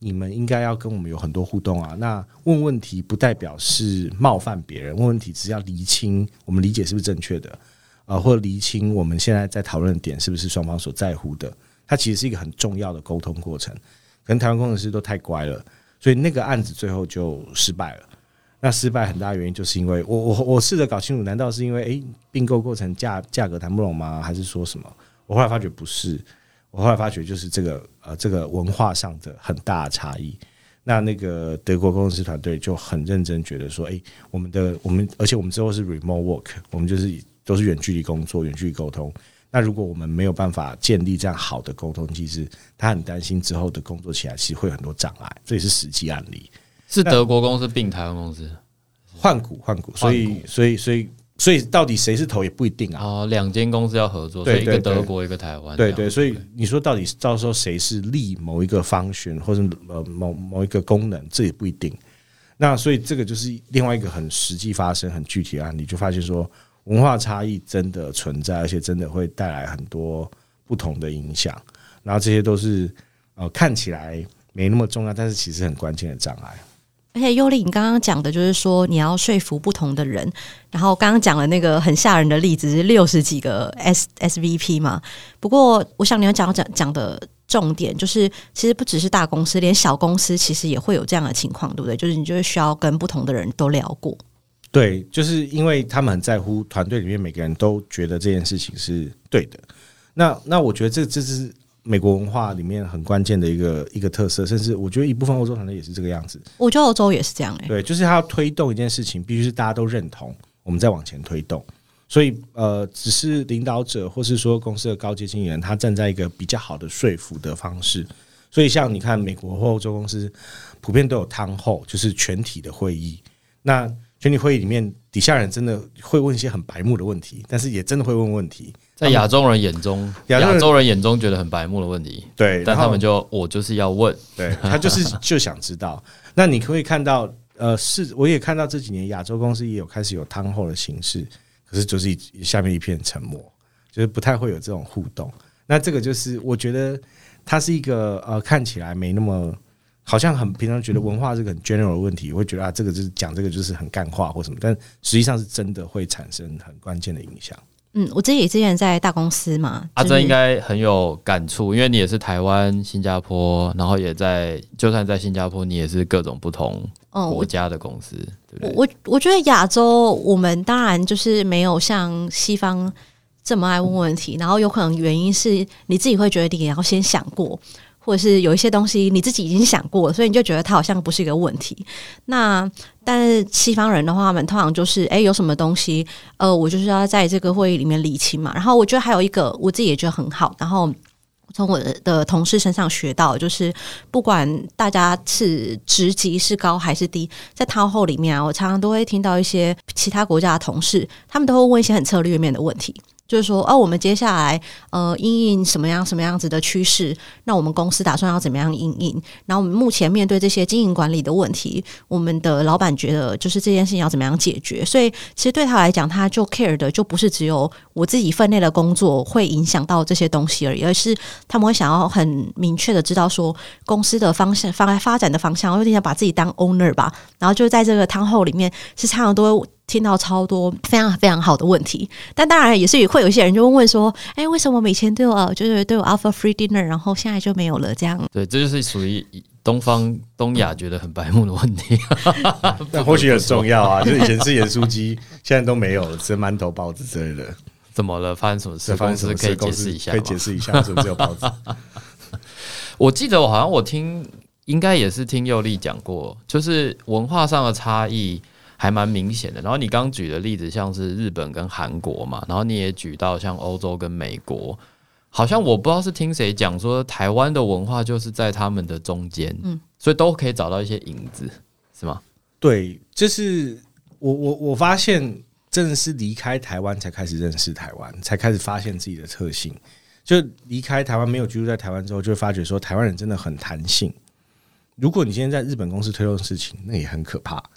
你们应该要跟我们有很多互动啊。那问问题不代表是冒犯别人，问问题只是要厘清我们理解是不是正确的，呃，或者厘清我们现在在讨论的点是不是双方所在乎的。它其实是一个很重要的沟通过程。可能台湾工程师都太乖了，所以那个案子最后就失败了。那失败很大的原因就是因为我我我试着搞清楚，难道是因为诶并购过程价价格谈不拢吗？还是说什么？我后来发觉不是。我后来发觉就是这个呃这个文化上的很大的差异。那那个德国工程师团队就很认真觉得说，哎、欸，我们的我们而且我们之后是 remote work， 我们就是都是远距离工作、远距离沟通。那如果我们没有办法建立这样好的沟通机制，他很担心之后的工作起来其实会有很多障碍，这也是实际案例。 是德国公司并台湾公司换股换股，所以所以所以。所以到底谁是头也不一定啊！ 哦，两间公司要合作，所以一个德国，一个台湾。 对对，所以你说到底到时候谁是立某一个function或者呃某某一个功能，这也不一定。那所以这个就是另外一个很实际发生、很具体的案例，就发现说文化差异真的存在，而且真的会带来很多不同的影响。然后这些都是呃看起来没那么重要，但是其实很关键的障碍。 而且优丽，你刚刚讲的就是说你要说服不同的人，然后刚刚讲了那个很吓人的例子是六十几个 S SVP 嘛。不过我想你要讲讲讲的重点就是，其实不只是大公司，连小公司其实也会有这样的情况，对不对？就是你就会需要跟不同的人都聊过。 对，就是因为他们很在乎团队里面每个人都觉得这件事情是对的。那那我觉得这这是美国文化里面很关键的一个一个特色，甚至我觉得一部分欧洲团队也是这个样子。 我觉得欧洲也是这样、欸、 对，就是他要推动一件事情，必须是大家都认同，我们再往前推动。所以呃，只是领导者或是说公司的高阶经理人，他站在一个比较好的说服的方式。所以像你看美国或欧洲公司，普遍都有town hall，就是全体的会议。那全体会议里面，底下人真的会问一些很白目的问题，但是也真的会问问题。 在亚洲人眼中，亚洲人眼中觉得很白目的问题， 对， 但他们就我就是要问， 对他就是就想知道。那你可以看到，呃，是我也看到这几年亚洲公司也有开始有town hall的形式，可是就是一下面一片沉默，就是不太会有这种互动。那这个就是我觉得它是一个呃看起来没那么。好像很平常觉得文化是个很 general 的问题，我会觉得啊，这个就是讲这个就是很干话或什么，但实际上是真的会产生很关键的影响。 嗯，我自己之前在大公司嘛， 阿珍应该很有感触，因为你也是台湾、新加坡，然后也在，就算在新加坡，你也是各种不同国家的公司，嗯、对不对？ 我我觉得亚洲我们当然就是没有像西方这么爱问问题，然后有可能原因是你自己会觉得你也要先想过。或者是有一些东西你自己已经想过了，所以你就觉得它好像不是一个问题。那但是西方人的话，他们通常就是哎、欸，有什么东西，呃，我就是要在这个会议里面理清嘛。然后我觉得还有一个我自己也觉得很好，然后从我的同事身上学到，就是不管大家是职级是高还是低，在town hall里面啊，我常常都会听到一些其他国家的同事，他们都会问一些很策略面的问题。就是说，哦，我们接下来呃因应什么样什么样子的趋势，那我们公司打算要怎么样因应？然后我们目前面对这些经营管理的问题，我们的老板觉得就是这件事情要怎么样解决？所以其实对他来讲，他就 care 的就不是只有我自己分内的工作会影响到这些东西而已，而是他们会想要很明确的知道说公司的方向、发发展的方向，有点想把自己当 owner 吧。然后就在这个town hall里面，是常常都会听到超多非常非常好的问题，但当然也是会有一些人就会问说，哎、欸，为什么我们以前都有就是都有 offer free dinner， 然后现在就没有了？这样对，这就是属于东方东亚觉得很白目的问题， 但或许很重要啊。就是以前吃盐酥鸡，现在都没有了，吃馒头、包子之类的。 怎么了？发生什么事？公司可以解释一下吗？ 可以解释一下，为什么只有包子？ 我记得我好像我听，应该也是听佑利讲过，就是文化上的差异。还蛮明显的，然后你刚举的例子像是日本跟韩国嘛，然后你也举到像欧洲跟美国，好像我不知道是听谁讲说台湾的文化就是在他们的中间，嗯，所以都可以找到一些影子，是吗？ 对，就是我我我发现真的是离开台湾才开始认识台湾，才开始发现自己的特性。就离开台湾没有居住在台湾之后，就会发觉说台湾人真的很弹性。如果你今天在日本公司推动事情，那也很可怕。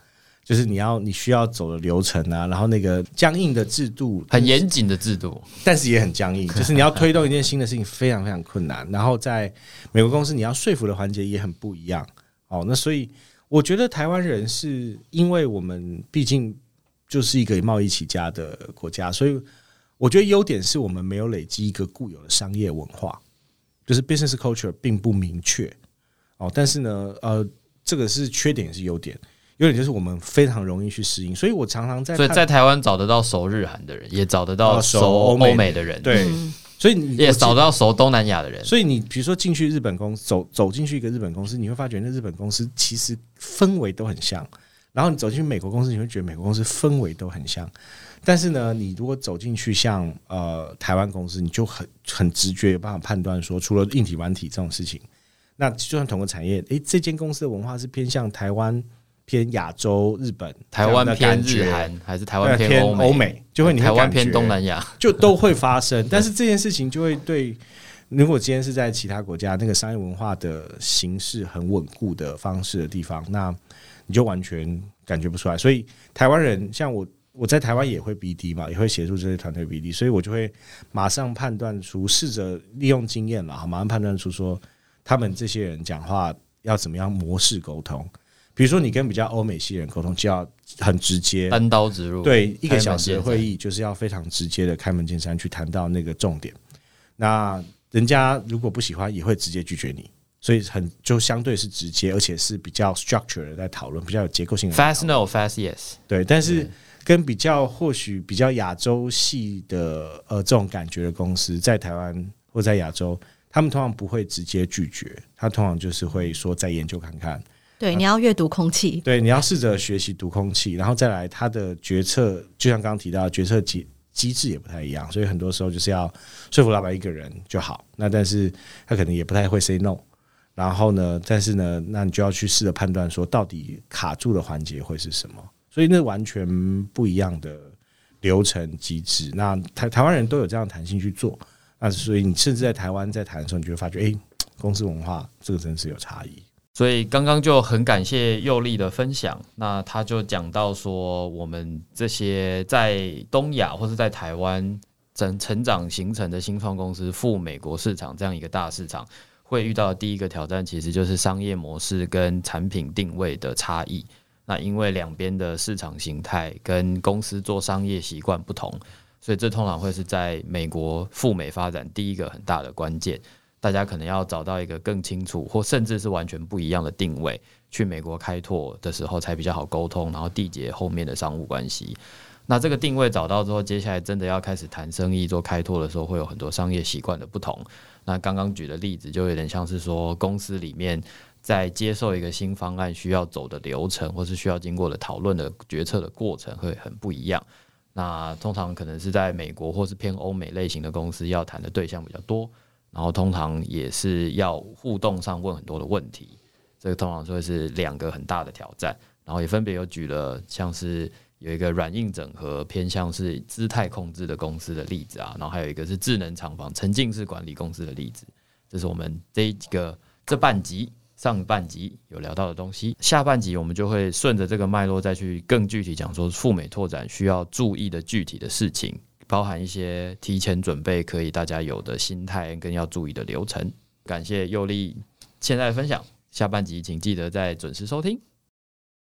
就是你要你需要走的流程啊，然后那个僵硬的制度， 很严谨的制度， 但是也很僵硬，就是你要推动一件新的事情非常非常困难。然后在美国公司，你要说服的环节也很不一样。哦，那所以我觉得台湾人是因为我们毕竟就是一个贸易起家的国家，所以我觉得优点是我们没有累积一个固有的商业文化，就是 business culture 并不明确。哦，但是呢，呃，这个是缺点也是优点。优点就是我们非常容易去适应，所以我常常在所以在台湾找得到熟日韩的人，也找得到熟欧美的人， 对，所以你也找得到熟东南亚的人。 所以你比如说进去日本公司，走走进去一个日本公司，你会发觉那日本公司其实氛围都很像，然后你走进去美国公司，你会觉得美国公司氛围都很像。但是呢，你如果走进去像呃台湾公司，你就很很直觉有办法判断说，除了硬体软体这种事情，那就算同个产业，诶，这间公司的文化是偏向台湾。偏亚洲、日本、 台湾偏日韩，还是台湾偏欧美？ 欧美就会你会台湾偏东南亚， 就都会发生。但是这件事情就会对，如果今天是在其他国家那个商业文化的形式很稳固的方式的地方，那你就完全感觉不出来。所以台湾人像我，我在台湾也会 B D 嘛，也会协助这些团队 B D， 所以我就会马上判断出，试着利用经验啦，马上判断出说他们这些人讲话要怎么样模式沟通。比如说，你跟比较欧美系人沟通，就要很直接， 单刀直入。 对，一个小时的会议就是要非常直接的开门见山去谈到那个重点。那人家如果不喜欢，也会直接拒绝你，所以很就相对是直接，而且是比较 structure 的在讨论，比较有结构性的。 Fast no, fast yes。 对，但是跟比较或许比较亚洲系的呃这种感觉的公司，在台湾或在亚洲，他们通常不会直接拒绝，他通常就是会说再研究看看。 对，你要阅读空气， 对，你要试着学习读空气，然后再来他的决策，就像刚刚提到的决策机机制也不太一样，所以很多时候就是要说服老板一个人就好，那但是他可能也不太会 say no， 然后呢，但是呢，那你就要去试着判断说到底卡住的环节会是什么，所以那完全不一样的流程机制。那台台湾人都有这样的弹性去做，那所以你甚至在台湾在谈的时候，你就会发觉，哎、欸，公司文化这个真是有差异。 所以刚刚就很感谢佑利的分享，那他就讲到说，我们这些在东亚或是在台湾成成长形成的新创公司赴美国市场这样一个大市场，会遇到的第一个挑战其实就是商业模式跟产品定位的差异。那因为两边的市场形态跟公司做商业习惯不同，所以这通常会是在美国赴美发展第一个很大的关键。大家可能要找到一个更清楚或甚至是完全不一样的定位，去美国开拓的时候才比较好沟通，然后缔结后面的商务关系。那这个定位找到之后，接下来真的要开始谈生意做开拓的时候，会有很多商业习惯的不同。那刚刚举的例子就有点像是说，公司里面在接受一个新方案需要走的流程，或是需要经过的讨论的决策的过程会很不一样。那通常可能是在美国或是偏欧美类型的公司，要谈的对象比较多，然后通常也是要互动上问很多的问题，这个通常会是两个很大的挑战。然后也分别有举了像是有一个软硬整合偏向是姿态控制的公司的例子啊，然后还有一个是智能厂房沉浸式管理公司的例子。这是我们这一个这半集上半集有聊到的东西，下半集我们就会顺着这个脉络再去更具体讲说赴美拓展需要注意的具体的事情，包含一些提前准备可以大家有的心态跟要注意的流程。感谢佑利现在的分享，下半集请记得再准时收听。